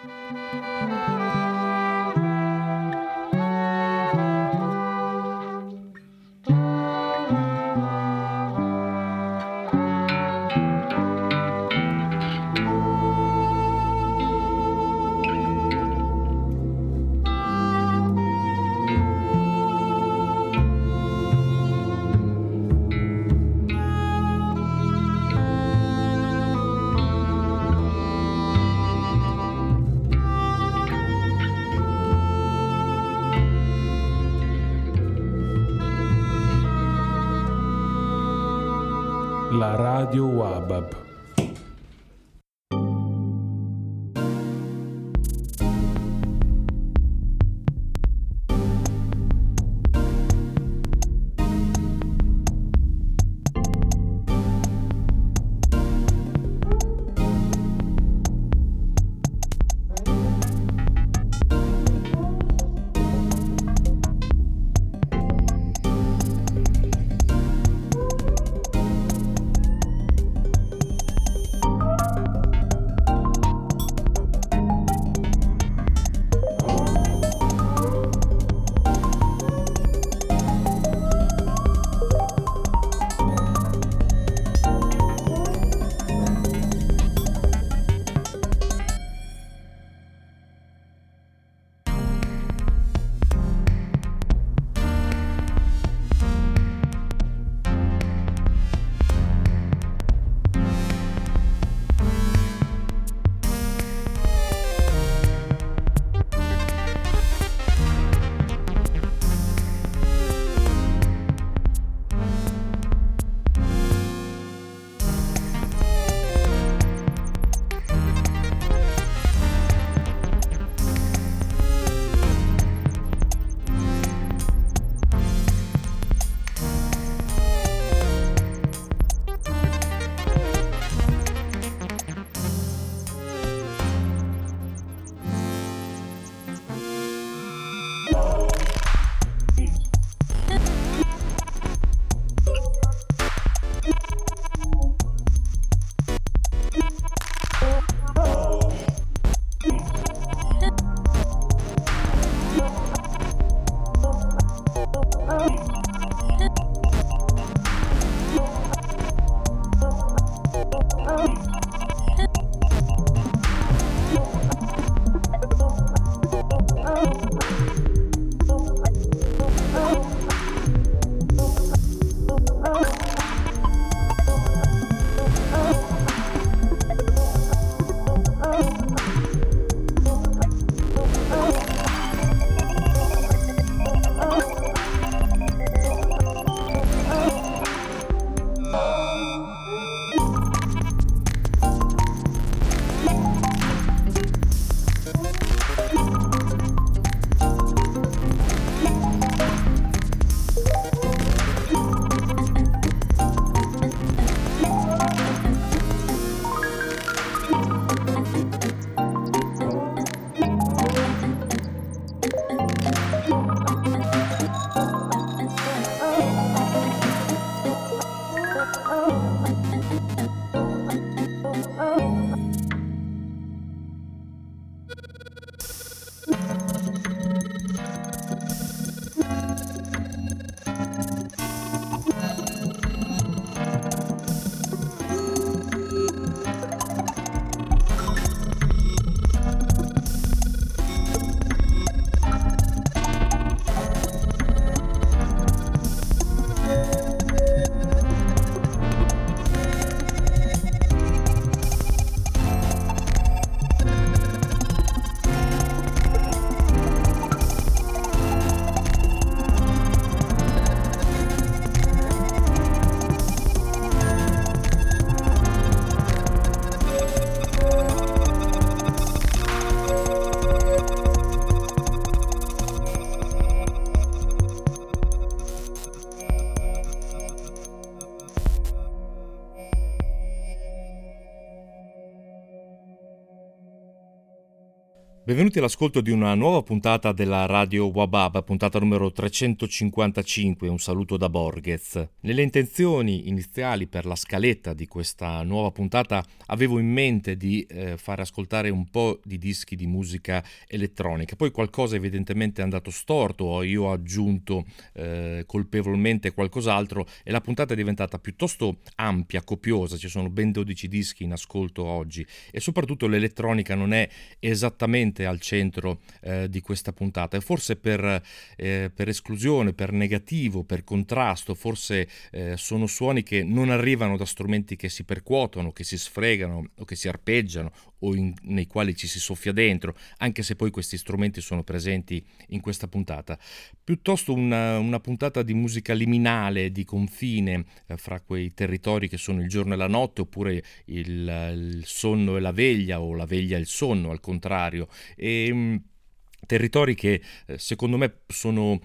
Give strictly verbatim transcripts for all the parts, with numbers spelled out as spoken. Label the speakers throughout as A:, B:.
A: La Radio Wabab.
B: Benvenuti all'ascolto di una nuova puntata della Radio Wabab, puntata numero trecentocinquantacinque, un saluto da Borghez. Nelle intenzioni iniziali per la scaletta di questa nuova puntata avevo in mente di eh, fare ascoltare un po' di dischi di musica elettronica, poi qualcosa evidentemente è andato storto, o io ho aggiunto eh, colpevolmente qualcos'altro e la puntata è diventata piuttosto ampia, copiosa, ci sono ben dodici dischi in ascolto oggi e soprattutto l'elettronica non è esattamente al centro eh, di questa puntata e forse per, eh, per esclusione, per negativo, per contrasto, forse eh, sono suoni che non arrivano da strumenti che si percuotono, che si sfregano o che si arpeggiano o in, nei quali ci si soffia dentro, anche se poi questi strumenti sono presenti in questa puntata. Piuttosto una, una puntata di musica liminale, di confine eh, fra quei territori che sono il giorno e la notte, oppure il, il sonno e la veglia, o la veglia e il sonno, al contrario. E, mh, territori che eh, secondo me sono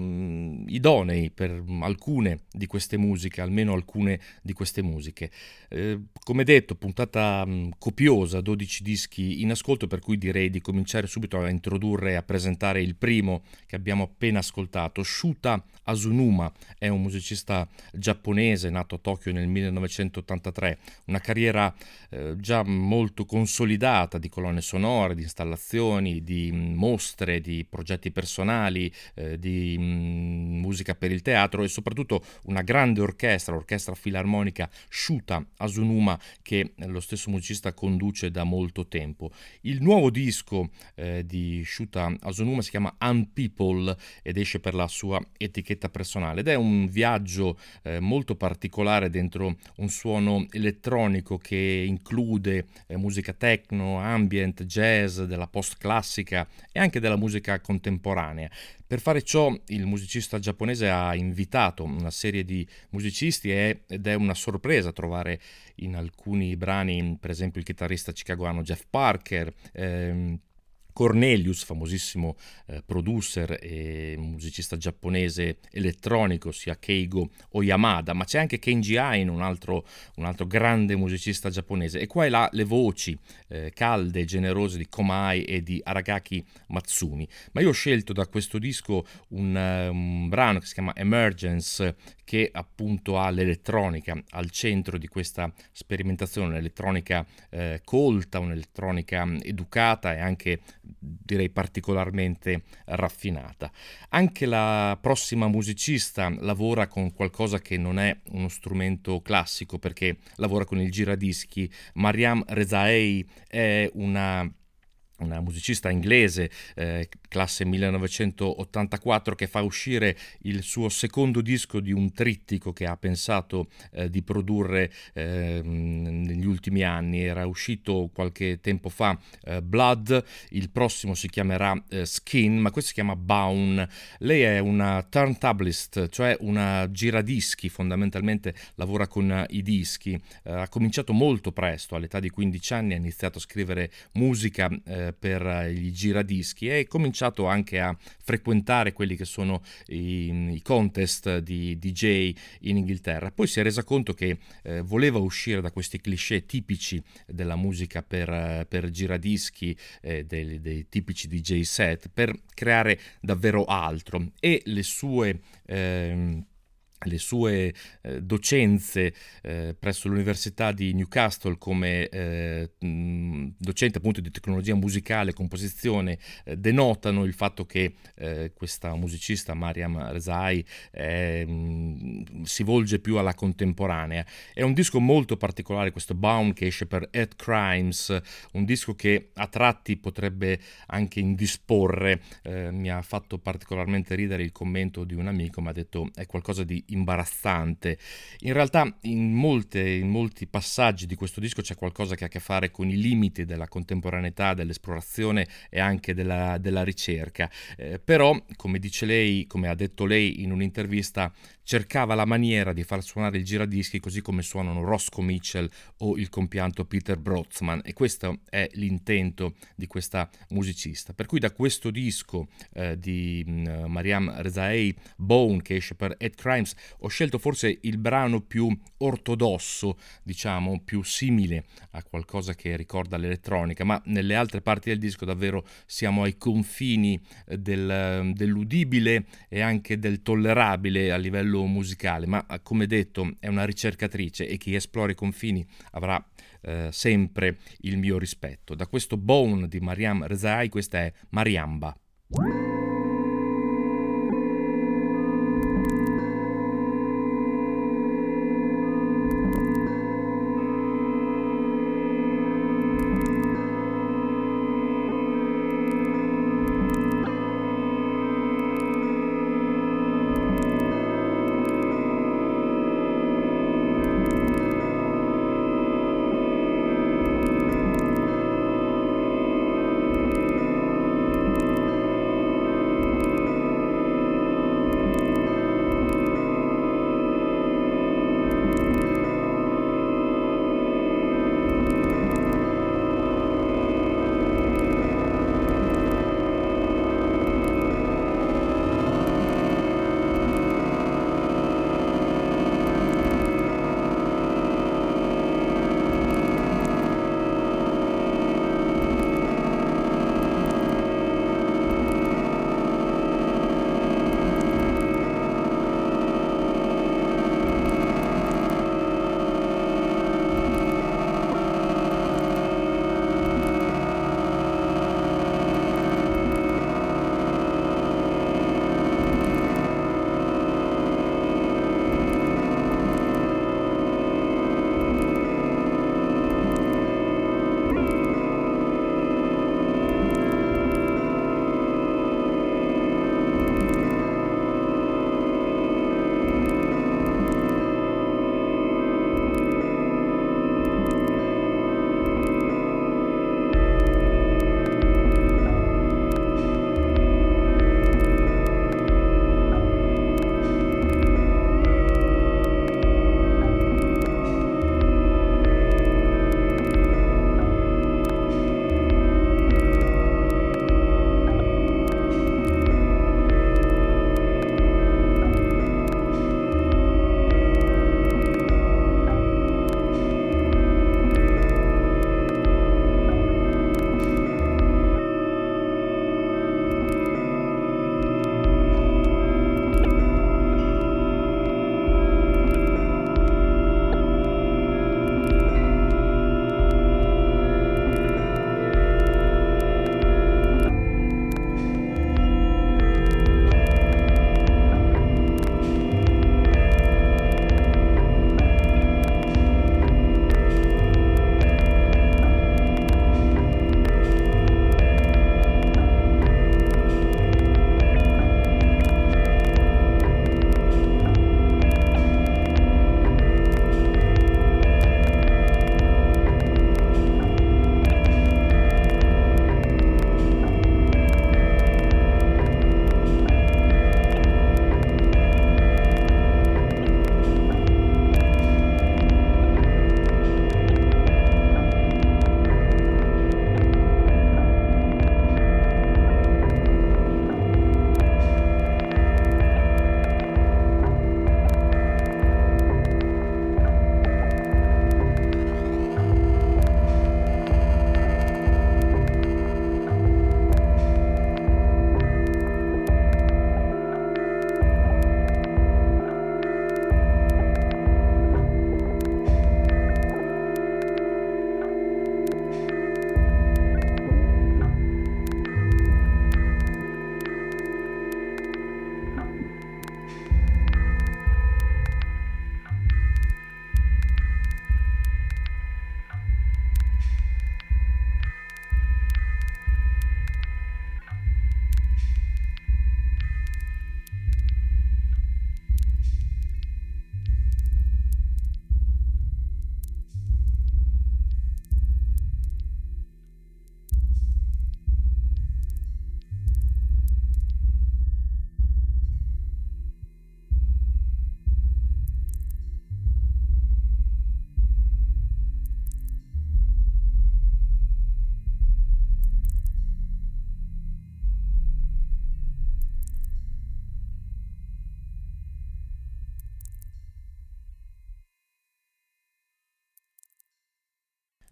B: um, idonei per alcune di queste musiche, almeno alcune di queste musiche. Eh, come detto, puntata um, copiosa, dodici dischi in ascolto, per cui direi di cominciare subito a introdurre e a presentare il primo che abbiamo appena ascoltato. Shuta Asunuma è un musicista giapponese nato a Tokyo nel millenovecentottantatré, una carriera eh, già molto consolidata di colonne sonore, di installazioni, di mh, mostre, di progetti personali, eh, di mh, musica per il teatro e soprattutto una grande orchestra, l'orchestra filarmonica Shuta Asunuma, che lo stesso musicista conduce da molto tempo. Il nuovo disco eh, di Shuta Asunuma si chiama Unpeople ed esce per la sua etichetta personale ed è un viaggio eh, molto particolare dentro un suono elettronico che include eh, musica techno, ambient, jazz, della post classica e anche della musica contemporanea. Per fare ciò il musicista giapponese ha invitato una serie di musicisti e, ed è una sorpresa trovare in alcuni brani per esempio il chitarrista chicagoano Jeff Parker, ehm, Cornelius, famosissimo eh, producer e musicista giapponese elettronico, sia Keigo o Yamada, ma c'è anche Kenji Ain, un altro, un altro grande musicista giapponese, e qua e là le voci eh, calde e generose di Komai e di Aragaki Matsumi. Ma io ho scelto da questo disco un, un brano che si chiama Emergence, che appunto ha l'elettronica al centro di questa sperimentazione, un'elettronica eh, colta, un'elettronica educata e anche direi particolarmente raffinata. Anche la prossima musicista lavora con qualcosa che non è uno strumento classico, perché lavora con il giradischi. Mariam Rezaei è una una musicista inglese, eh, classe millenovecentottantaquattro, che fa uscire il suo secondo disco di un trittico che ha pensato eh, di produrre eh, negli ultimi anni. Era uscito qualche tempo fa eh, Blood, il prossimo si chiamerà eh, Skin, ma questo si chiama Baun. Lei è una turntablist, cioè una giradischi, fondamentalmente lavora con i dischi. Eh, ha cominciato molto presto, all'età di quindici anni ha iniziato a scrivere musica eh, per i giradischi e è cominciato anche a frequentare quelli che sono i, i contest di D J in Inghilterra. Poi si è resa conto che eh, voleva uscire da questi cliché tipici della musica per, per giradischi, eh, dei, dei tipici D J set, per creare davvero altro, e le sue ehm, le sue eh, docenze eh, presso l'Università di Newcastle come eh, mh, docente appunto di tecnologia musicale e composizione eh, denotano il fatto che eh, questa musicista Mariam Rezaei eh, mh, si volge più alla contemporanea. È un disco molto particolare questo Baum, che esce per Hate Crimes, un disco che a tratti potrebbe anche indisporre. Eh, mi ha fatto particolarmente ridere il commento di un amico, mi ha detto è qualcosa di imbarazzante. In realtà in, molte, in molti passaggi di questo disco c'è qualcosa che ha a che fare con i limiti della contemporaneità, dell'esplorazione e anche della, della ricerca. Eh, però, come dice lei, come ha detto lei in un'intervista, cercava la maniera di far suonare il giradischi così come suonano Roscoe Mitchell o il compianto Peter Brotzman, e questo è l'intento di questa musicista. Per cui da questo disco eh, di uh, Mariam Rezaei, Bone, che esce per Hate Crimes, Ho scelto forse il brano più ortodosso, diciamo, più simile a qualcosa che ricorda l'elettronica, ma nelle altre parti del disco davvero siamo ai confini del, dell'udibile e anche del tollerabile a livello musicale, ma come detto è una ricercatrice e chi esplora i confini avrà eh, sempre il mio rispetto. Da questo Bone di Mariam Rezai, questa è Mariamba.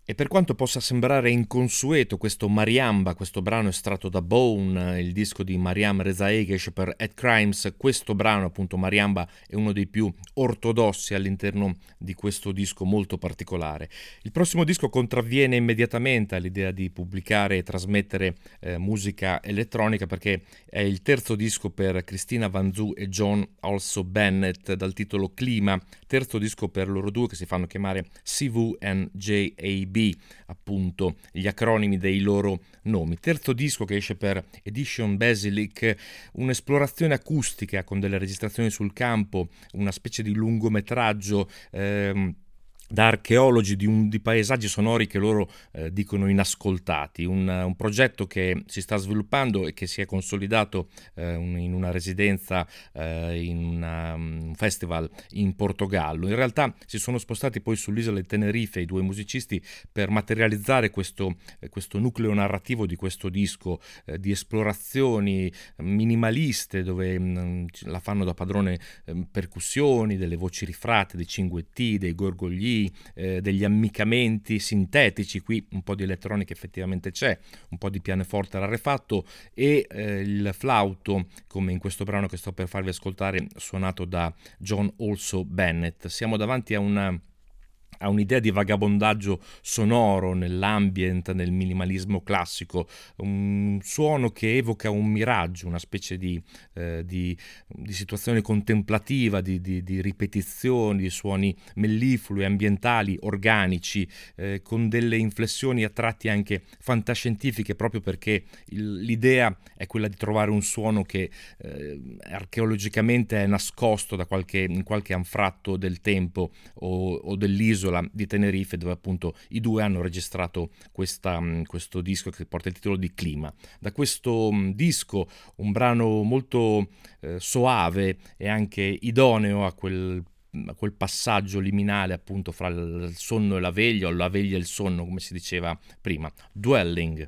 B: E per quanto possa sembrare inconsueto questo Mariamba, questo brano estratto da Bone, il disco di Mariam Rezaei che esce per Hate Crimes, questo brano, appunto Mariamba, è uno dei più ortodossi all'interno di questo disco molto particolare. Il prossimo disco contravviene immediatamente all'idea di pubblicare e trasmettere eh, musica elettronica, perché è il terzo disco per Cristina Van Zu e John Also Bennett dal titolo Clima, terzo disco per loro due che si fanno chiamare C V and J A B, appunto gli acronimi dei loro nomi. Terzo disco che esce per Edition Basilic, un'esplorazione acustica con delle registrazioni sul campo, una specie di lungometraggio ehm, da archeologi di, un, di paesaggi sonori che loro eh, dicono inascoltati, un, un progetto che si sta sviluppando e che si è consolidato eh, un, in una residenza, eh, in una, un festival in Portogallo. In realtà si sono spostati poi sull'isola di Tenerife i due musicisti per materializzare questo, eh, questo nucleo narrativo di questo disco, eh, di esplorazioni minimaliste dove mh, la fanno da padrone eh, percussioni, delle voci rifratte, dei cinguetti, dei gorgogli, Eh, degli ammiccamenti sintetici. Qui un po' di elettronica effettivamente c'è, un po' di pianoforte rarefatto e eh, il flauto, come in questo brano che sto per farvi ascoltare, suonato da John Also Bennett. Siamo davanti a una ha un'idea di vagabondaggio sonoro nell'ambient, nel minimalismo classico, un suono che evoca un miraggio, una specie di, eh, di, di situazione contemplativa, di, di, di ripetizioni, di suoni melliflui, ambientali, organici, eh, con delle inflessioni a tratti anche fantascientifiche, proprio perché il, l'idea è quella di trovare un suono che eh, archeologicamente è nascosto da qualche, in qualche anfratto del tempo o, o dell'isola di Tenerife, dove appunto i due hanno registrato questa, questo disco che porta il titolo di Clima. Da questo disco, un brano molto eh, soave e anche idoneo a quel a quel passaggio liminale appunto fra il sonno e la veglia, o la veglia e il sonno, come si diceva prima. Dwelling.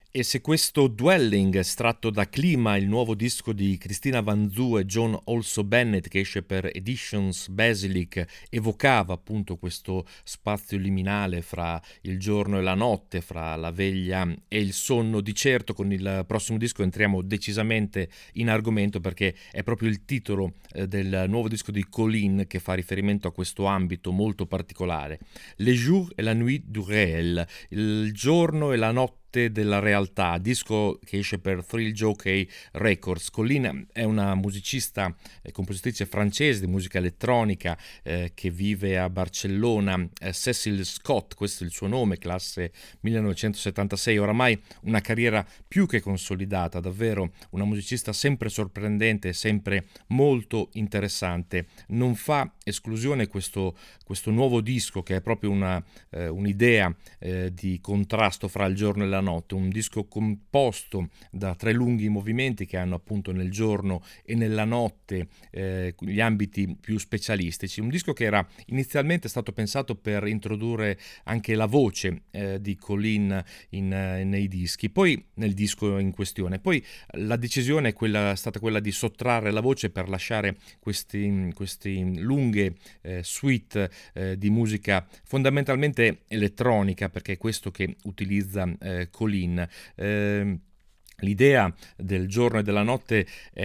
B: E se questo Dwelling, estratto da Clima, il nuovo disco di Cristina Van Zu e John Also Bennett che esce per Editions Basilic, evocava appunto questo spazio liminale fra il giorno e la notte, fra la veglia e il sonno, di certo con il prossimo disco entriamo decisamente in argomento, perché è proprio il titolo eh, del nuovo disco di Colline che fa riferimento a questo ambito molto particolare. Les jours et la nuit du réel, il giorno e la notte della realtà, disco che esce per Thrill Jockey Records. Colline è una musicista e compositrice francese di musica elettronica eh, che vive a Barcellona. eh, Cecil Scott, questo è il suo nome, classe millenovecentosettantasei, oramai una carriera più che consolidata, davvero una musicista sempre sorprendente e sempre molto interessante. Non fa esclusione questo, questo nuovo disco, che è proprio una, eh, un'idea eh, di contrasto fra il giorno e la notte, un disco composto da tre lunghi movimenti che hanno appunto nel giorno e nella notte eh, gli ambiti più specialistici, un disco che era inizialmente stato pensato per introdurre anche la voce eh, di Colline in, eh, nei dischi, poi nel disco in questione, poi la decisione è, quella, è stata quella di sottrarre la voce per lasciare questi, questi lunghe eh, suite eh, di musica fondamentalmente elettronica, perché è questo che utilizza eh, Colline. Eh, L'idea del giorno e della notte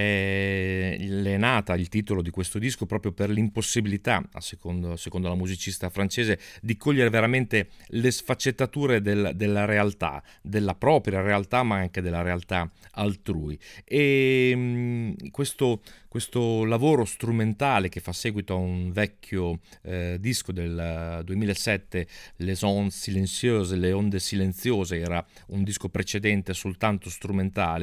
B: è, è nata, il titolo di questo disco, proprio per l'impossibilità, a secondo, secondo la musicista francese, di cogliere veramente le sfaccettature del, della realtà, della propria realtà, ma anche della realtà altrui. E mh, questo, questo lavoro strumentale, che fa seguito a un vecchio eh, disco del duemilasette, Les Ondes Silencieuses, le onde silenziose, era un disco precedente soltanto strumentale.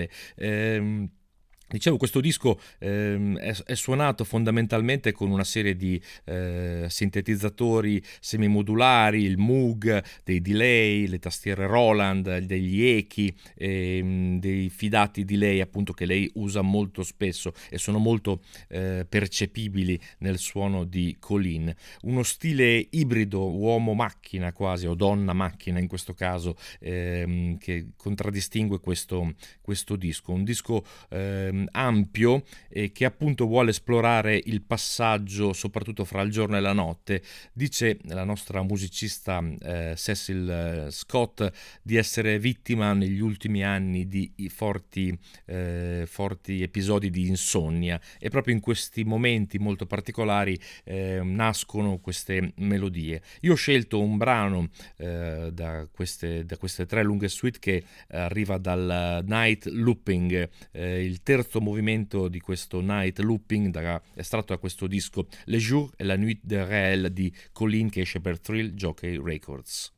B: Ehm, Dicevo, questo disco ehm, è, è suonato fondamentalmente con una serie di eh, sintetizzatori semimodulari, il Moog, dei delay, le tastiere Roland, degli echi, ehm, dei fidati delay appunto che lei usa molto spesso e sono molto eh, percepibili nel suono di Colline. Uno stile ibrido uomo-macchina quasi, o donna-macchina in questo caso, ehm, che contraddistingue questo, questo disco. Un disco ehm, ampio e che appunto vuole esplorare il passaggio soprattutto fra il giorno e la notte. Dice la nostra musicista eh, Cecil Scott di essere vittima negli ultimi anni di forti, eh, forti episodi di insonnia, e proprio in questi momenti molto particolari eh, nascono queste melodie. Io ho scelto un brano eh, da, queste, da queste tre lunghe suite che arriva dal Night Looping, eh, il terzo movimento di questo Night Looping da, estratto da questo disco Les jours et la nuit de réel di Colline, che esce per Thrill Jockey Records.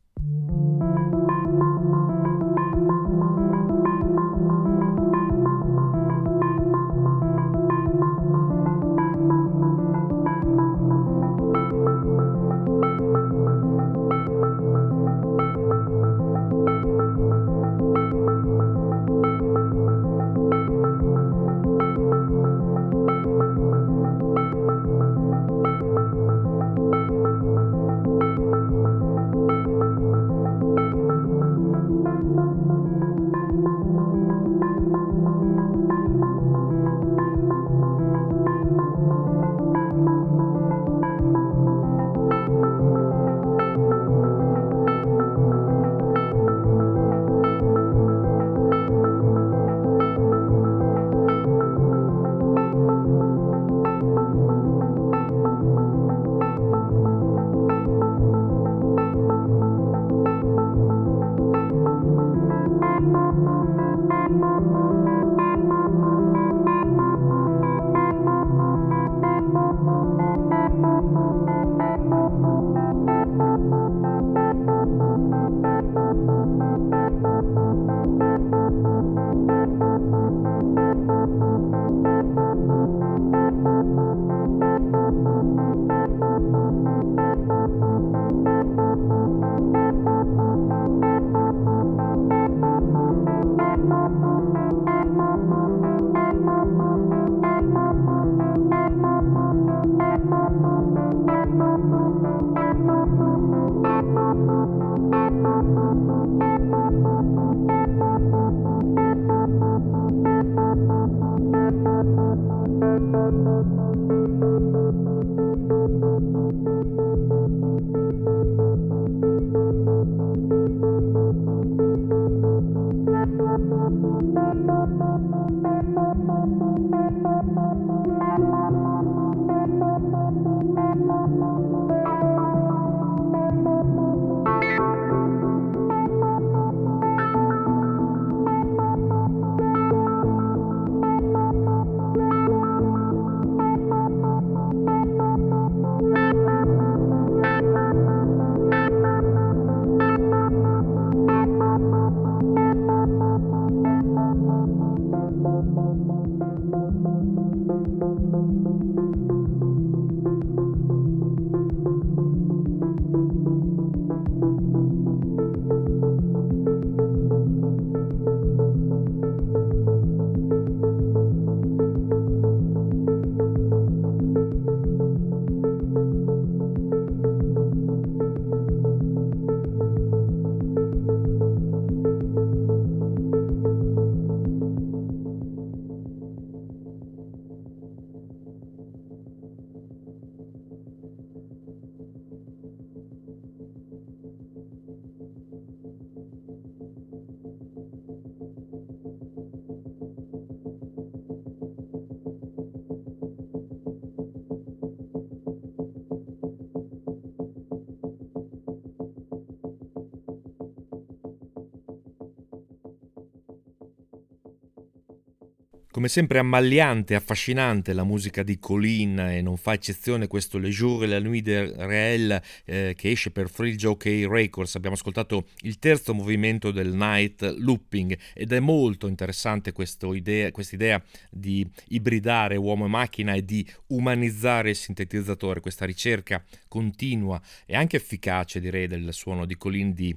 B: Come sempre ammagliante e affascinante la musica di Colin, e non fa eccezione questo Le Jour et la Nuit de Réel eh, che esce per Thrill Jockey Records. Abbiamo ascoltato il terzo movimento del Night Looping ed è molto interessante questa idea, quest'idea di ibridare uomo e macchina e di umanizzare il sintetizzatore, questa ricerca continua e anche efficace, direi, del suono di Colin di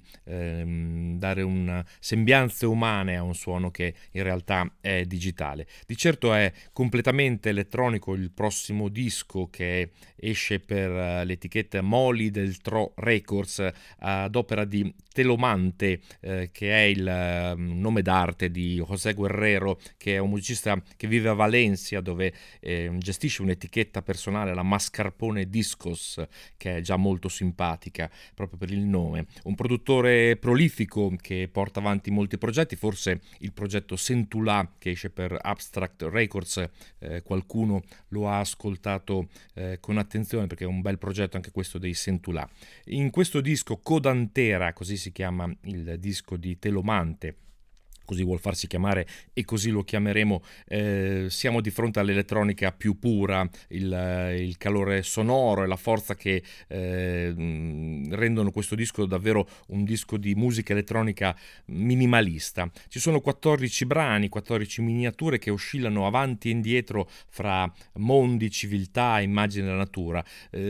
B: ehm, dare un sembianze umane a un suono che in realtà è digitale. Di certo è completamente elettronico il prossimo disco che esce per uh, l'etichetta Moli del Tro Records uh, ad opera di Telomante, uh, che è il uh, nome d'arte di José Guerrero, che è un musicista che vive a Valencia, dove eh, gestisce un'etichetta personale, la Mascarpone Discos, che è già molto simpatica proprio per il nome. Un produttore prolifico che porta avanti molti progetti, forse il progetto Sentulà che esce per Abstract Records, eh, qualcuno lo ha ascoltato eh, con attenzione perché è un bel progetto anche questo dei Sentulà. In questo disco Codantera, così si chiama il disco di Telomante, così vuol farsi chiamare e così lo chiameremo, eh, siamo di fronte all'elettronica più pura, il, il calore sonoro e la forza che eh, rendono questo disco davvero un disco di musica elettronica minimalista. Ci sono quattordici brani, quattordici miniature che oscillano avanti e indietro fra mondi, civiltà, immagini della natura.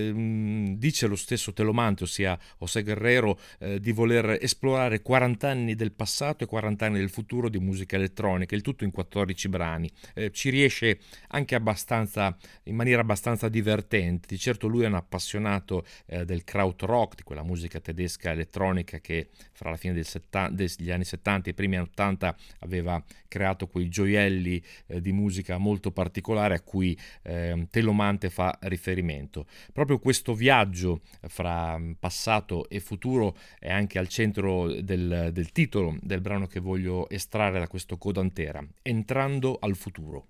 B: Eh, dice lo stesso Telomante, ossia José Guerrero, eh, di voler esplorare quaranta anni del passato e quaranta anni del futuro di musica elettronica, il tutto in quattordici brani. Eh, ci riesce anche abbastanza, in maniera abbastanza divertente. Di certo lui è un appassionato eh, del krautrock, di quella musica tedesca elettronica che fra la fine del setta, degli anni settanta e i primi anni ottanta aveva creato quei gioielli eh, di musica molto particolare a cui eh, Telomante fa riferimento. Proprio questo viaggio fra passato e futuro è anche al centro del, del titolo del brano che voglio estrarre da questo Codantera, Entrando al futuro.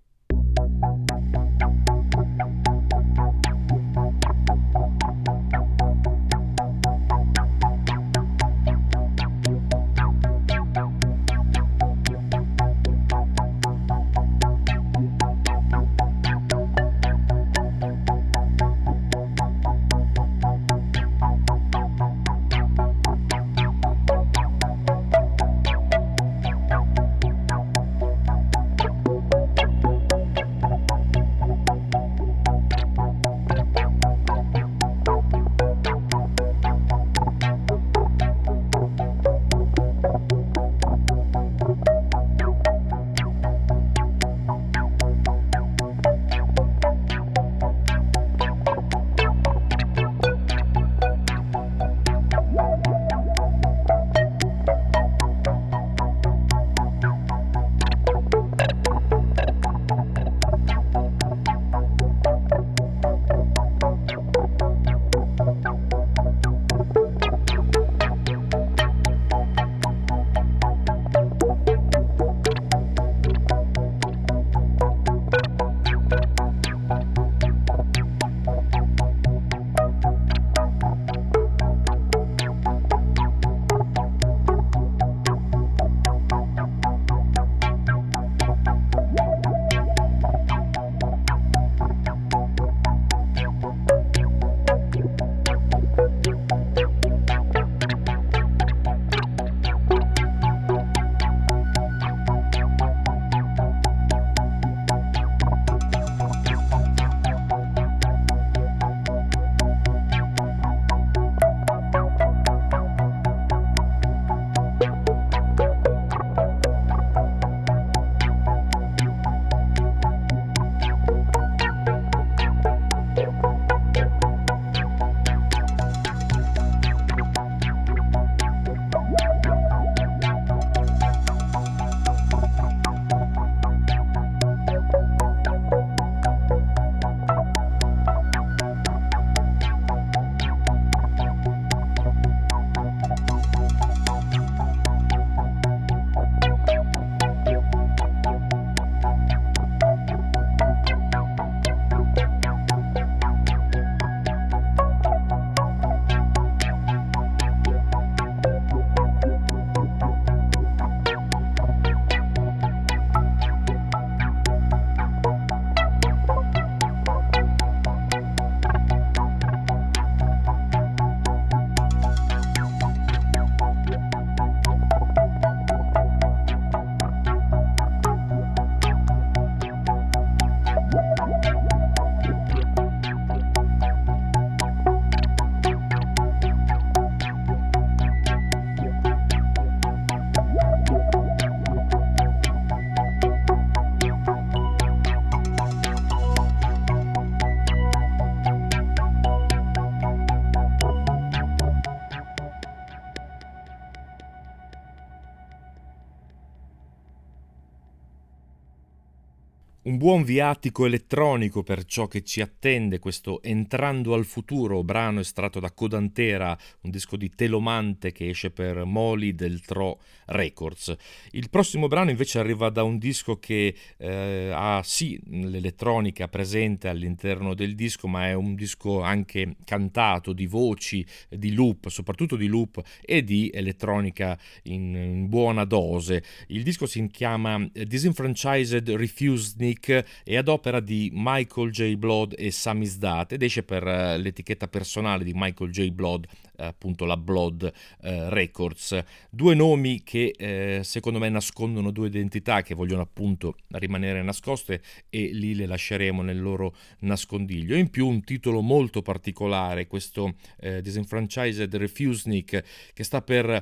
B: Un buon viatico elettronico per ciò che ci attende, questo Entrando al futuro, brano estratto da Codantera, un disco di Telomante che esce per Moli del Tro Records. Il prossimo brano invece arriva da un disco che eh, ha sì l'elettronica presente all'interno del disco, ma è un disco anche cantato, di voci, di loop, soprattutto di loop e di elettronica in, in buona dose. Il disco si chiama Disenfranchised Refusenic, è ad opera di Michael J. Blood e Samizdat ed esce per uh, l'etichetta personale di Michael J. Blood, uh, appunto la Blood uh, Records. Due nomi che uh, secondo me nascondono due identità che vogliono appunto rimanere nascoste e lì le lasceremo nel loro nascondiglio. In più un titolo molto particolare, questo uh, Disenfranchised Refusenic, che sta per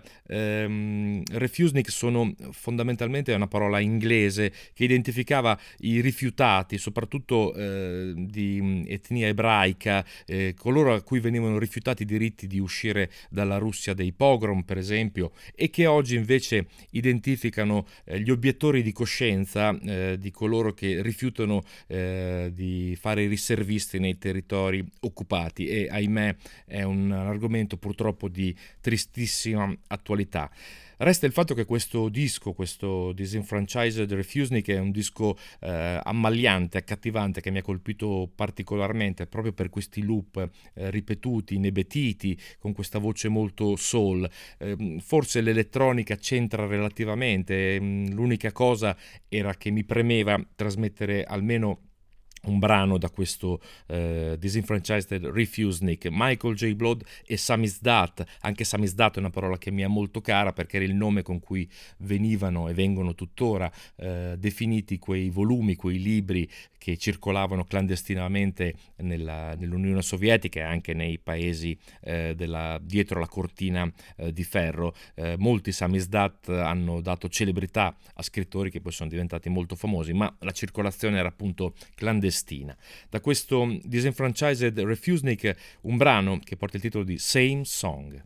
B: um, Refusenic sono fondamentalmente una parola inglese che identificava i rifiutati, soprattutto eh, di etnia ebraica, eh, coloro a cui venivano rifiutati i diritti di uscire dalla Russia dei pogrom, per esempio, e che oggi invece identificano eh, gli obiettori di coscienza eh, di coloro che rifiutano eh, di fare i riservisti nei territori occupati, e ahimè è un argomento purtroppo di tristissima attualità. Resta il fatto che questo disco, questo Disenfranchised Refusenic, è un disco eh, ammaliante, accattivante, che mi ha colpito particolarmente proprio per questi loop eh, ripetuti, inebetiti, con questa voce molto soul. Eh, forse l'elettronica c'entra relativamente, l'unica cosa era che mi premeva trasmettere almeno un brano da questo uh, Disenfranchised Refusenic, Michael J. Blood e Samizdat. Anche Samizdat è una parola che mi è molto cara perché era il nome con cui venivano e vengono tuttora uh, definiti quei volumi, quei libri che circolavano clandestinamente nella, nell'Unione Sovietica e anche nei paesi uh, della, dietro la cortina uh, di ferro. Uh, molti Samizdat hanno dato celebrità a scrittori che poi sono diventati molto famosi, ma la circolazione era appunto clandestina. Da questo Disenfranchised Refusenic un brano che porta il titolo di Same Song.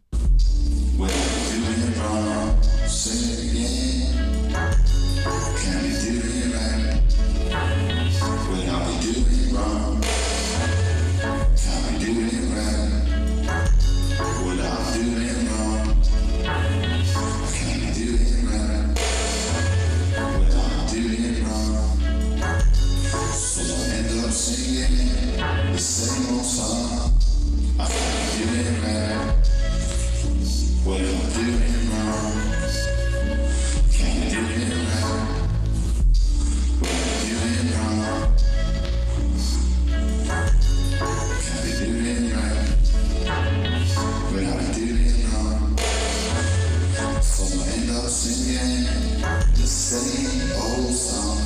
C: The same old song, I can't do it right. What am I doing wrong? Can't do it right. What am I doing wrong? Can't do it right. What am I doing wrong? So I end up singing the same old song.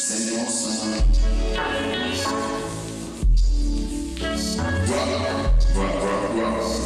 C: same old song. Rock, rock, rock, rock.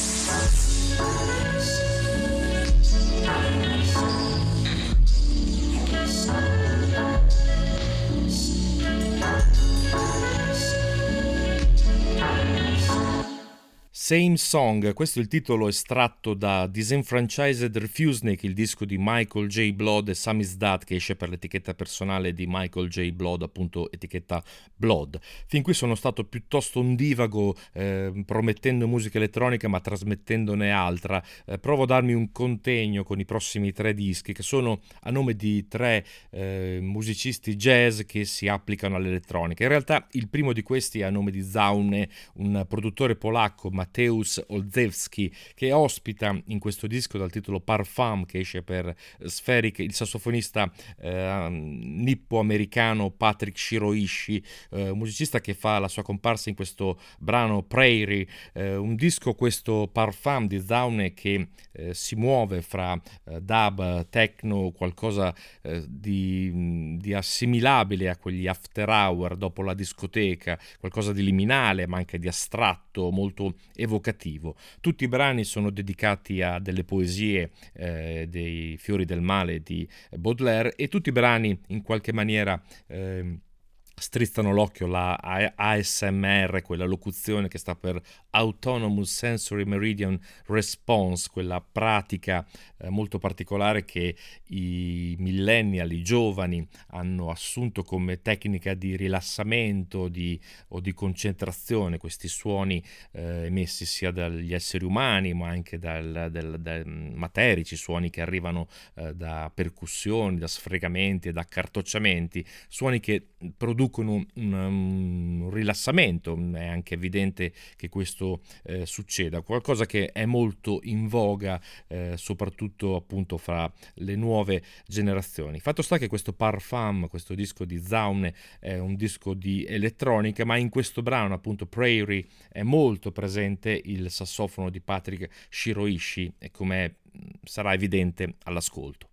B: Same Song, questo è il titolo estratto da Disenfranchised Refusnik, il disco di Michael J. Blood e Samizdat che esce per l'etichetta personale di Michael J. Blood, appunto etichetta Blood. Fin qui sono stato piuttosto ondivago, eh, promettendo musica elettronica ma trasmettendone altra. Eh, provo a darmi un contegno con i prossimi tre dischi che sono a nome di tre eh, musicisti jazz che si applicano all'elettronica. In realtà il primo di questi è a nome di Zaune, un produttore polacco, Mateusz Olszewski, che ospita in questo disco dal titolo Parfum che esce per Spheric il sassofonista eh, nippo-americano Patrick Shiroishi, eh, un musicista che fa la sua comparsa in questo brano Prairie, eh, un disco, questo Parfum di Zaune, che eh, si muove fra eh, dub, techno, qualcosa eh, di, di assimilabile a quegli after hour dopo la discoteca, qualcosa di liminale ma anche di astratto, molto evocativo. Tutti i brani sono dedicati a delle poesie eh, dei Fiori del Male di Baudelaire e tutti i brani in qualche maniera eh, strizzano l'occhio la A S M R, quella locuzione che sta per Autonomous Sensory Meridian Response, quella pratica eh, molto particolare che i millennial, i giovani, hanno assunto come tecnica di rilassamento di, o di concentrazione, questi suoni eh, emessi sia dagli esseri umani ma anche dal, dal, dai materici, suoni che arrivano eh, da percussioni, da sfregamenti e da accartocciamenti, suoni che producono un, un rilassamento. È anche evidente che questo eh, succeda, qualcosa che è molto in voga eh, soprattutto appunto fra le nuove generazioni. Fatto sta che questo Parfum, questo disco di Zaune, è un disco di elettronica, ma in questo brano appunto Prairie è molto presente il sassofono di Patrick Shiroishi, e come sarà evidente all'ascolto.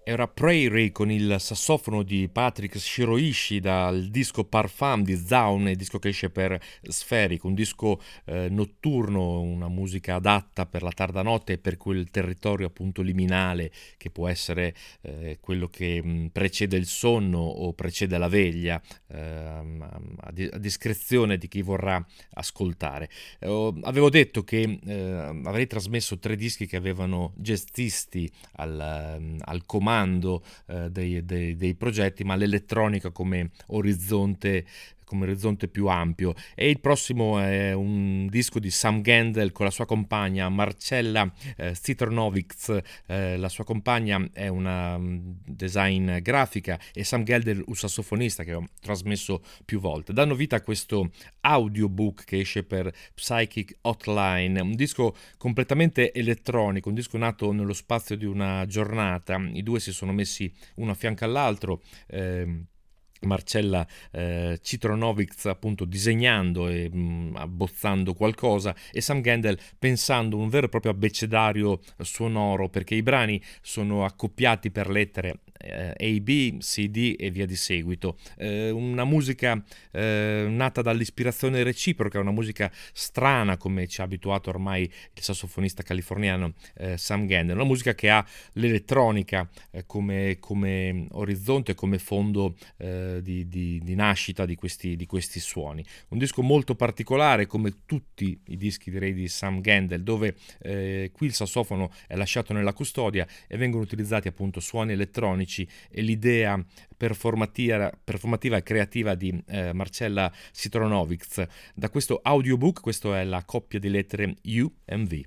B: Era Prairie con il sassofono di Patrick Shiroishi dal disco Parfum di Zaun, il disco che esce per Spheric, un disco eh, notturno, una musica adatta per la tarda notte e per quel territorio appunto liminale che può essere eh, quello che mh, precede il sonno o precede la veglia, eh, a, di- a discrezione di chi vorrà ascoltare. Eh, avevo detto che eh, avrei trasmesso tre dischi che avevano jazzisti al, al comando eh, dei, dei, dei progetti, ma l'elettronica come orizzonte come orizzonte più ampio. E il prossimo è un disco di Sam Gendel con la sua compagna Marcella eh, Citronovic. Eh, la sua compagna è una um, design grafica e Sam Gendel un sassofonista che ho trasmesso più volte. Danno vita a questo audiobook che esce per Psychic Hotline, un disco completamente elettronico, un disco nato nello spazio di una giornata. I due si sono messi uno a fianco all'altro, eh, Marcella eh, Citronovic appunto disegnando e mh, abbozzando qualcosa e Sam Gendel pensando un vero e proprio abbecedario sonoro, perché i brani sono accoppiati per lettere eh, A, B, C, D e via di seguito. Eh, una musica eh, nata dall'ispirazione reciproca, una musica strana come ci ha abituato ormai il sassofonista californiano eh, Sam Gendel, una musica che ha l'elettronica eh, come, come orizzonte, come fondo eh, Di, di, di nascita di questi, di questi suoni. Un disco molto particolare come tutti i dischi direi di Sam Gendel, dove eh, qui il sassofono è lasciato nella custodia e vengono utilizzati appunto suoni elettronici e l'idea performativa, performativa e creativa di eh, Marcella Citronovic. Da questo audiobook, questa è la coppia di lettere U M V.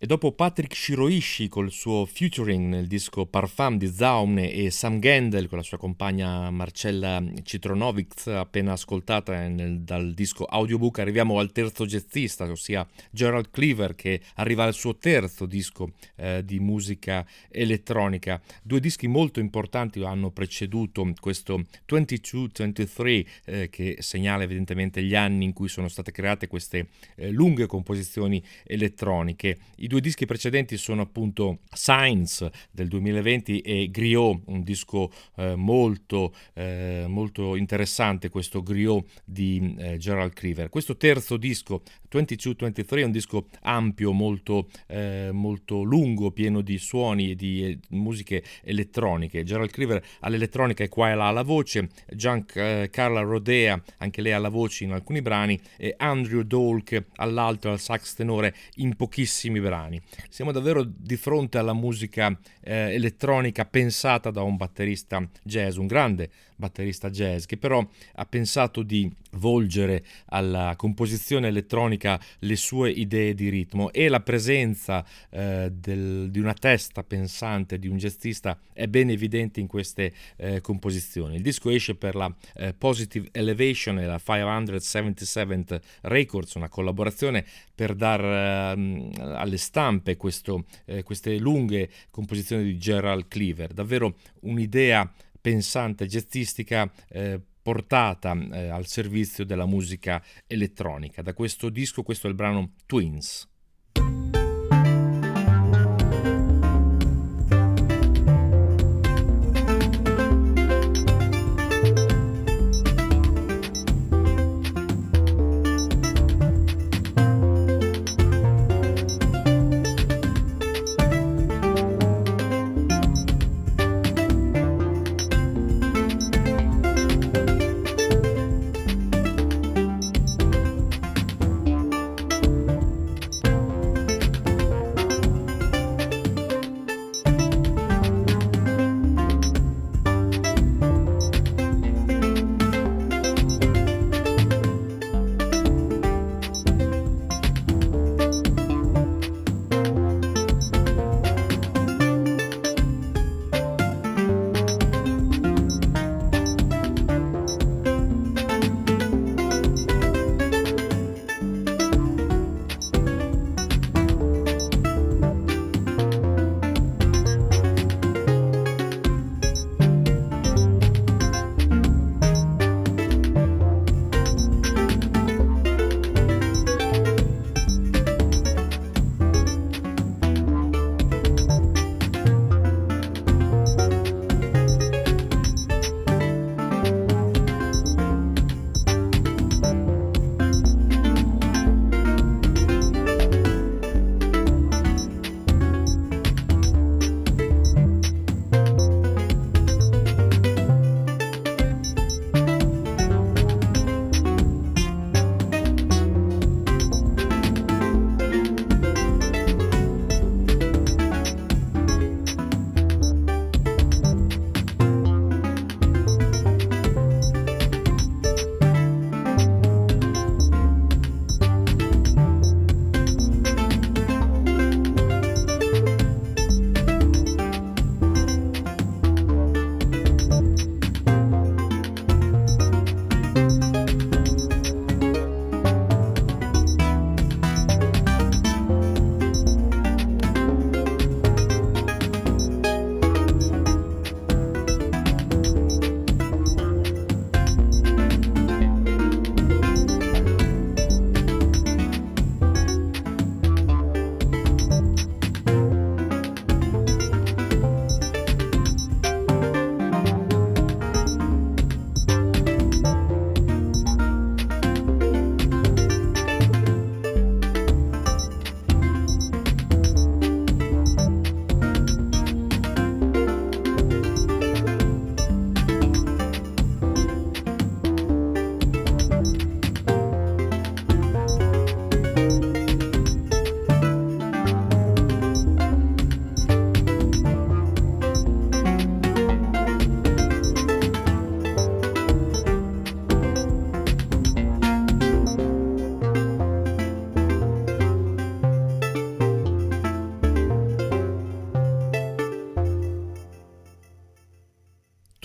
B: E dopo Patrick Shiroishi col suo featuring nel disco Parfum di Zaumne e Sam Gendel con la sua compagna Marcella Citronovic appena ascoltata nel, dal disco Audiobook, arriviamo al terzo jazzista, ossia Gerald Cleaver, che arriva al suo terzo disco eh, di musica elettronica. Due dischi molto importanti hanno preceduto questo ventidue ventitré eh, che segnala evidentemente gli anni in cui sono state create queste eh, lunghe composizioni elettroniche. I due dischi precedenti sono appunto Signs del duemilaventi e Griot, un disco eh, molto, eh, molto interessante, questo Griot di eh, Gerald Cleaver. Questo terzo disco, ventidue ventitré, è un disco ampio, molto, eh, molto lungo, pieno di suoni e di eh, musiche elettroniche. Gerald Cleaver all'elettronica e qua e là alla voce, Giancarla Rodea, anche lei alla voce in alcuni brani, e Andrew Dolk all'alto al sax tenore in pochissimi brani. Siamo davvero di fronte alla musica eh, elettronica pensata da un batterista jazz, un grande batterista jazz, che però ha pensato di volgere alla composizione elettronica le sue idee di ritmo, e la presenza eh, del, di una testa pensante di un jazzista è ben evidente in queste eh, composizioni. Il disco esce per la eh, Positive Elevation e la cinquecentosettantasette Records, una collaborazione per dar eh, alle stampe questo, eh, queste lunghe composizioni di Gerald Cleaver. Davvero un'idea pensante jazzistica eh, portata eh, al servizio della musica elettronica. Da questo disco, questo è il brano Twins.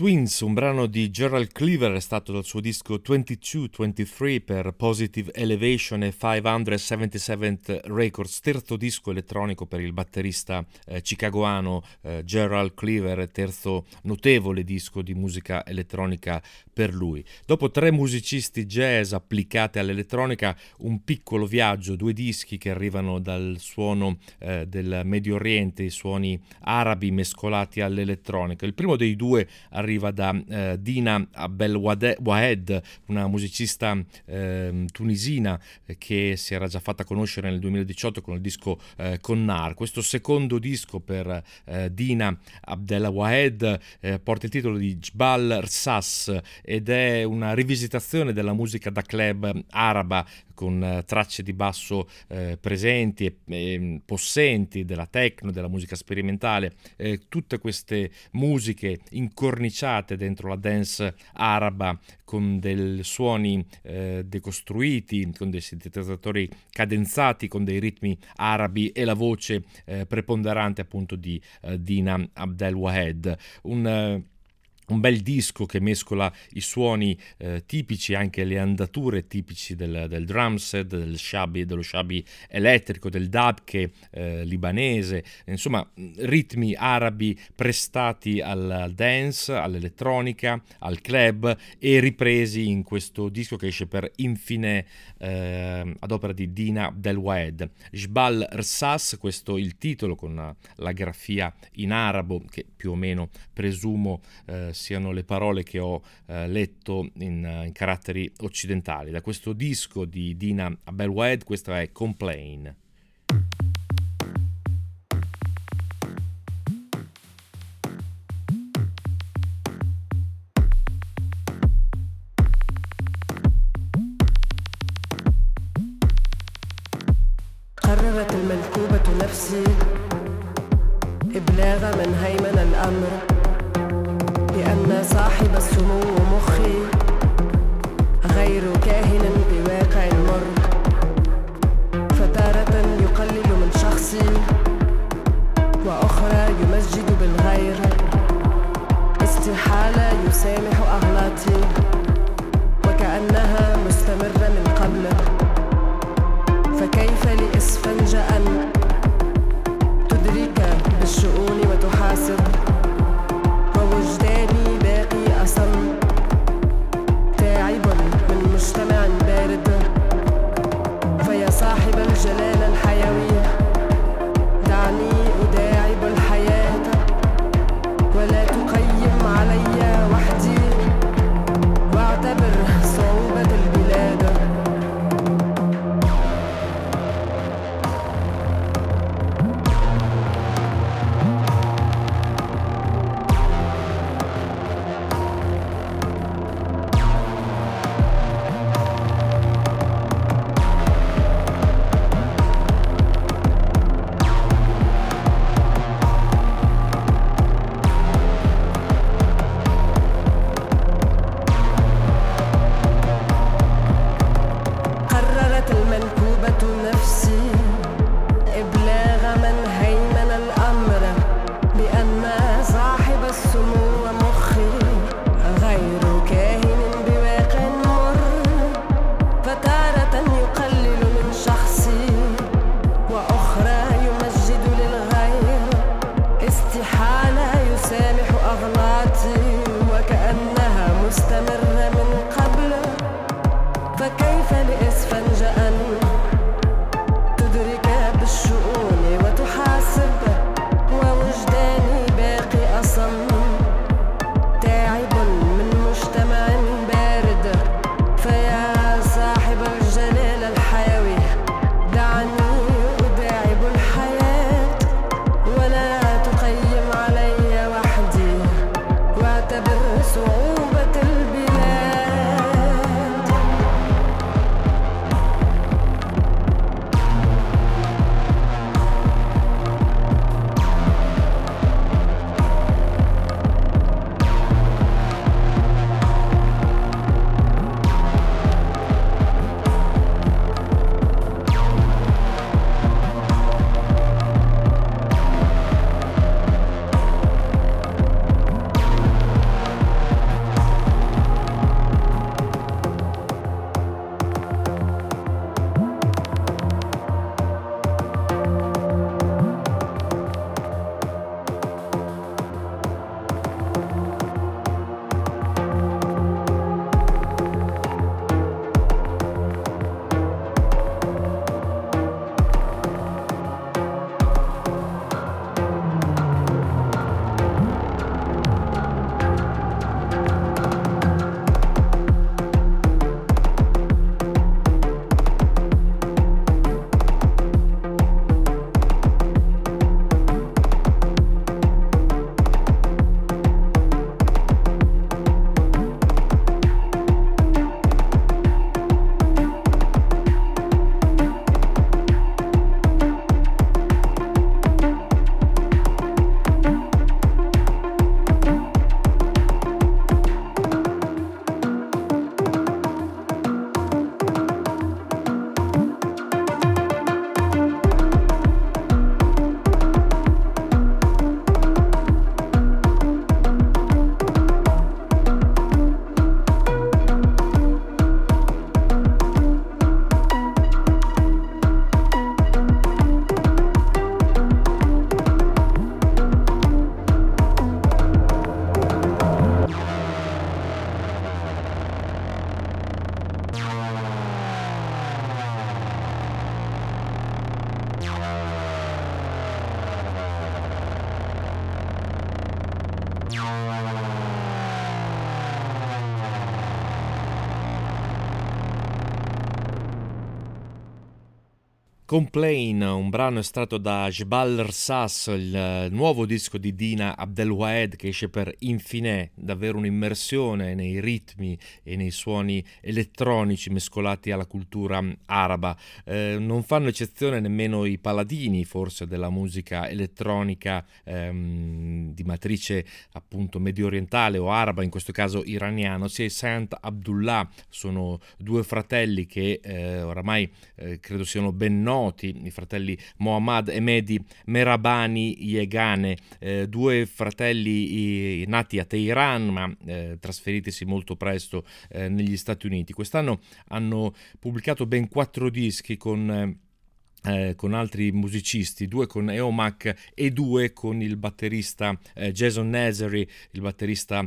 B: Twins, un brano di Gerald Cleaver estratto dal suo disco ventidue ventitré per Positive Elevation e cinquecentosettantasette Records, terzo disco elettronico per il batterista eh, chicagoano eh, Gerald Cleaver, terzo notevole disco di musica elettronica per lui. Dopo tre musicisti jazz applicati all'elettronica, un piccolo viaggio, due dischi che arrivano dal suono eh, del Medio Oriente, i suoni arabi mescolati all'elettronica. Il primo dei due arriva da eh, Dina Abdelwahed, una musicista eh, tunisina eh, che si era già fatta conoscere nel duemiladiciotto con il disco eh, Connar. Questo secondo disco per eh, Dina Abdelwahed eh, porta il titolo di Jbal Rsas ed è una rivisitazione della musica da club araba con eh, tracce di basso eh, presenti e eh, possenti, della techno, della musica sperimentale, eh, tutte queste musiche incorniciate dentro la dance araba con dei suoni eh, decostruiti, con dei sintetizzatori cadenzati, con dei ritmi arabi e la voce eh, preponderante appunto di eh, Dina Abdelwahed. Un eh, Un bel disco che mescola i suoni eh, tipici, anche le andature tipici del, del drum set, del shabi, dello shabi elettrico, del dabke eh, libanese, insomma ritmi arabi prestati al dance, all'elettronica, al club e ripresi in questo disco che esce per Infine eh, ad opera di Dina Abdelwahed. Jbal Rsas, questo il titolo con la, la grafia in arabo che più o meno presumo eh, siano le parole che ho eh, letto in, in caratteri occidentali. Da questo disco di Dina Abdelwahed, questo è Complain.
D: قررت الملكوبة نفسي إبلاغ من هيمن الأمر بأن صاحب السمو مخي غير كاهن بواقع المر، فتارة يقلل من شخصي وأخرى يمجد بالغير، استحالة يسامح أغلاطي وكأنها مستمرة من قبل، فكيف لإسفنج أن تدرك بالشؤون وتحاسب ووجداني باقي أصم تعب من مجتمع بارد، فيا صاحب الجلال الحيوي دعني أداعب الحياة ولا تقيم علي وحدي واعتبر صعوبة البلاد.
B: Complain, un brano estratto da Jebal Irsas, il nuovo disco di Dina Abdelwahed che esce per Infinè, davvero un'immersione nei ritmi e nei suoni elettronici mescolati alla cultura araba. Eh, non fanno eccezione nemmeno i paladini, forse, della musica elettronica ehm, di matrice appunto medio orientale o araba, in questo caso iraniano. Sia Sant Abdullah, sono due fratelli che eh, oramai eh, credo siano ben noti, i fratelli Mohammad e Mehdi Merabani Yegane, eh, due fratelli i, nati a Teheran ma eh, trasferitisi molto presto eh, negli Stati Uniti. Quest'anno hanno pubblicato ben quattro dischi con eh, Eh, con altri musicisti, due con Eomac e due con il batterista eh, Jason Nazary, il batterista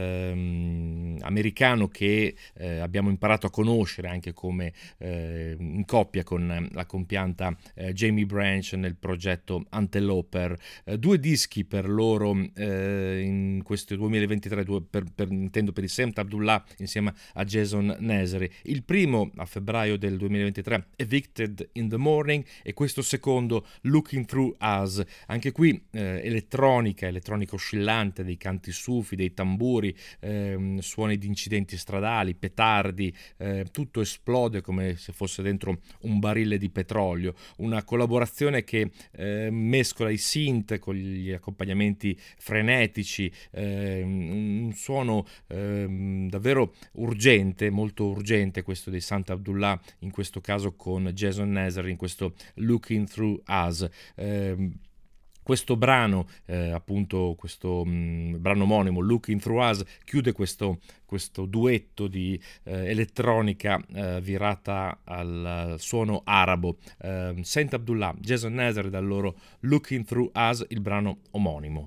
B: ehm, americano che eh, abbiamo imparato a conoscere anche come eh, in coppia con la compianta eh, Jamie Branch nel progetto Anteloper. Eh, due dischi per loro eh, in questo duemilaventitré, due, per, per, intendo per il Sant Abdullah insieme a Jason Nazary. Il primo a febbraio del duemilaventitré, Evicted in the Morning, e questo secondo, Looking Through Us. Anche qui eh, elettronica, elettronica oscillante, dei canti sufi, dei tamburi, eh, suoni di incidenti stradali, petardi, eh, tutto esplode come se fosse dentro un barile di petrolio. Una collaborazione che eh, mescola i synth con gli accompagnamenti frenetici, eh, un suono eh, davvero urgente, molto urgente questo dei Sant Abdullah, in questo caso con Jason Nazary in questo Looking Through Us. Eh, questo brano, eh, appunto questo mh, brano omonimo, Looking Through Us, chiude questo, questo duetto di eh, elettronica eh, virata al, al suono arabo. Eh, Sant Abdullah, Jason Nazary, dal loro Looking Through Us, il brano omonimo.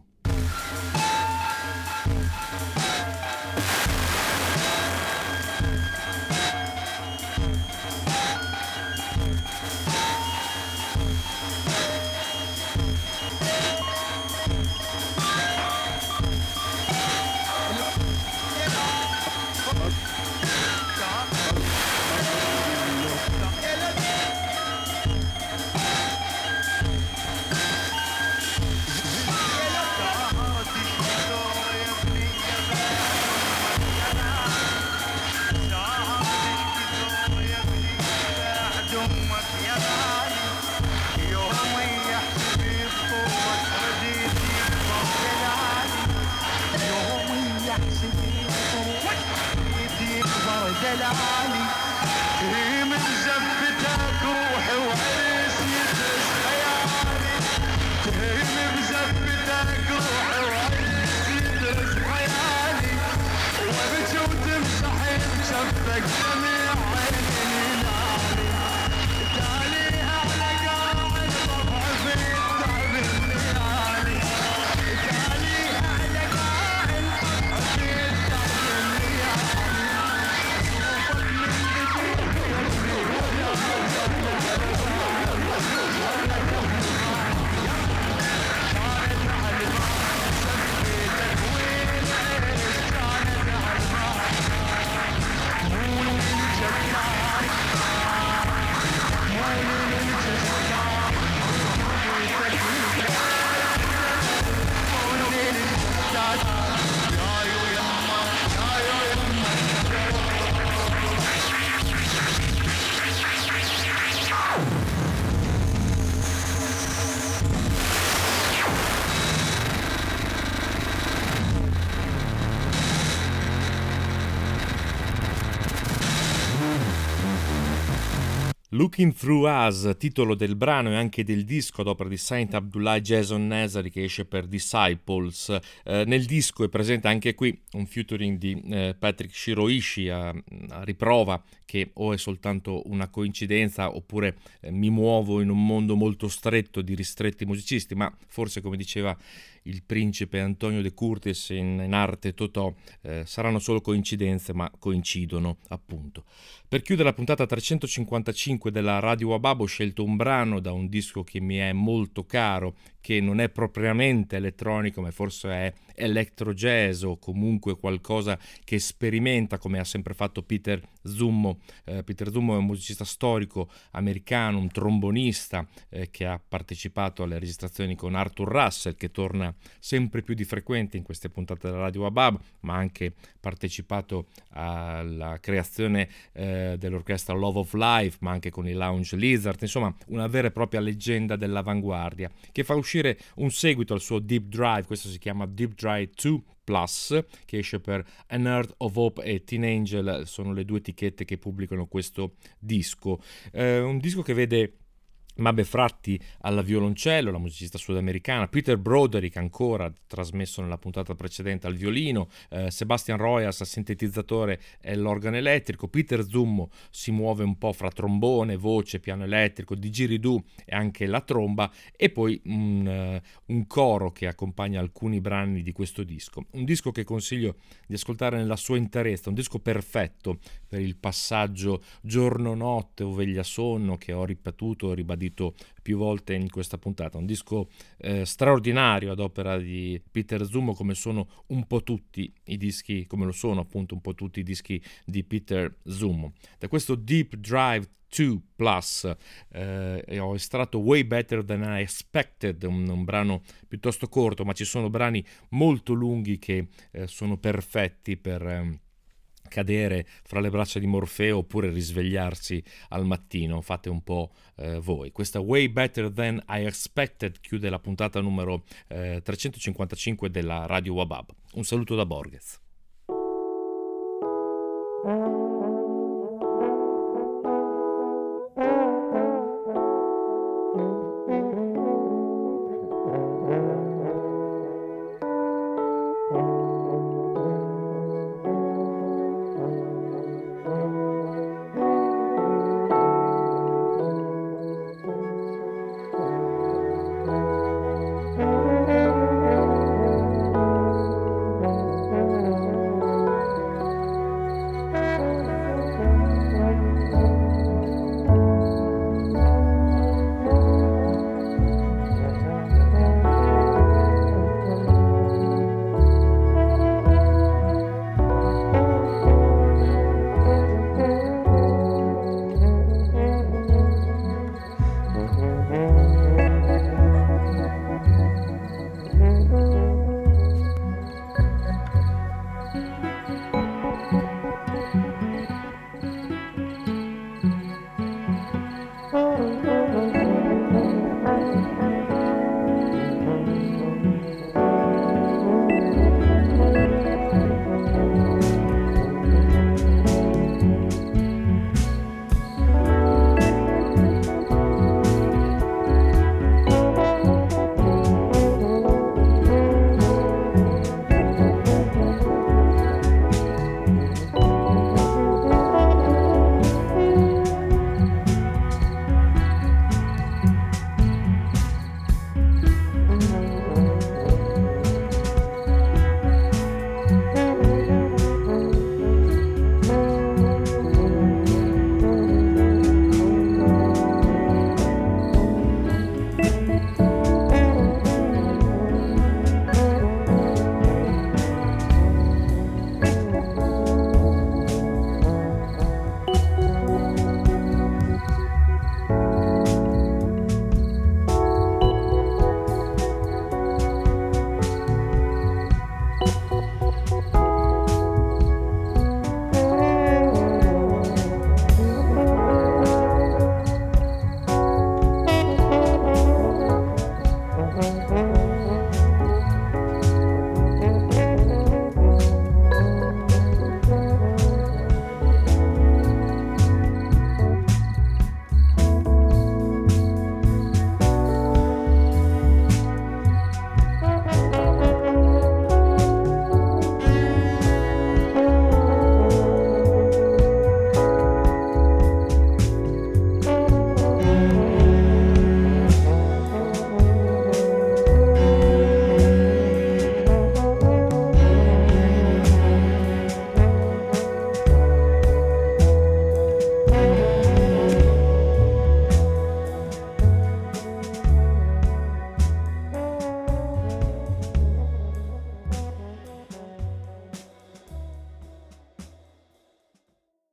B: Looking Through Us, titolo del brano e anche del disco ad opera di Sant Abdullah e Jason Nazary che esce per Disciples. Eh, nel disco è presente anche qui un featuring di eh, Patrick Shiroishi, a, a riprova che o è soltanto una coincidenza oppure eh, mi muovo in un mondo molto stretto di ristretti musicisti, ma forse, come diceva il principe Antonio De Curtis in, in arte Totò, eh, saranno solo coincidenze ma coincidono appunto. Per chiudere la puntata trecentocinquantacinque della Radio Wabab ho scelto un brano da un disco che mi è molto caro, che non è propriamente elettronico, ma forse è electro jazz o comunque qualcosa che sperimenta, come ha sempre fatto Peter Zummo. Eh, Peter Zummo è un musicista storico americano, un trombonista eh, che ha partecipato alle registrazioni con Arthur Russell, che torna sempre più di frequente in queste puntate della Radio Wabab, ma ha anche partecipato alla creazione eh, dell'orchestra Love of Life, ma anche con i Lounge Lizard, insomma una vera e propria leggenda dell'avanguardia, che fa uscire un seguito al suo Deep Drive. Questo si chiama Deep Drive due Plus, che esce per An Earth of Hope e Teen Angel, sono le due etichette che pubblicano questo disco. Eh, un disco che vede Mabe Fratti alla violoncello, la musicista sudamericana, Peter Broderick ancora trasmesso nella puntata precedente al violino, eh, Sebastian Royas al sintetizzatore e l'organo elettrico, Peter Zummo si muove un po' fra trombone, voce, piano elettrico, didgeridoo e anche la tromba, e poi un, uh, un coro che accompagna alcuni brani di questo disco. Un disco che consiglio di ascoltare nella sua interezza, un disco perfetto per il passaggio giorno-notte o veglia-sonno che ho ripetuto, ribadito più volte in questa puntata. Un disco eh, straordinario ad opera di Peter Zummo, come sono un po' tutti i dischi, come lo sono appunto un po' tutti i dischi di Peter Zummo. Da questo Deep Drive due Plus eh, ho estratto Way Better Than I Expected, un, un brano piuttosto corto, ma ci sono brani molto lunghi che eh, sono perfetti per eh, cadere fra le braccia di Morfeo oppure risvegliarsi al mattino. Fate un po' eh, voi. Questa Way Better Than I Expected chiude la puntata numero eh, trecentocinquantacinque della Radio Wabab. Un saluto da Borges.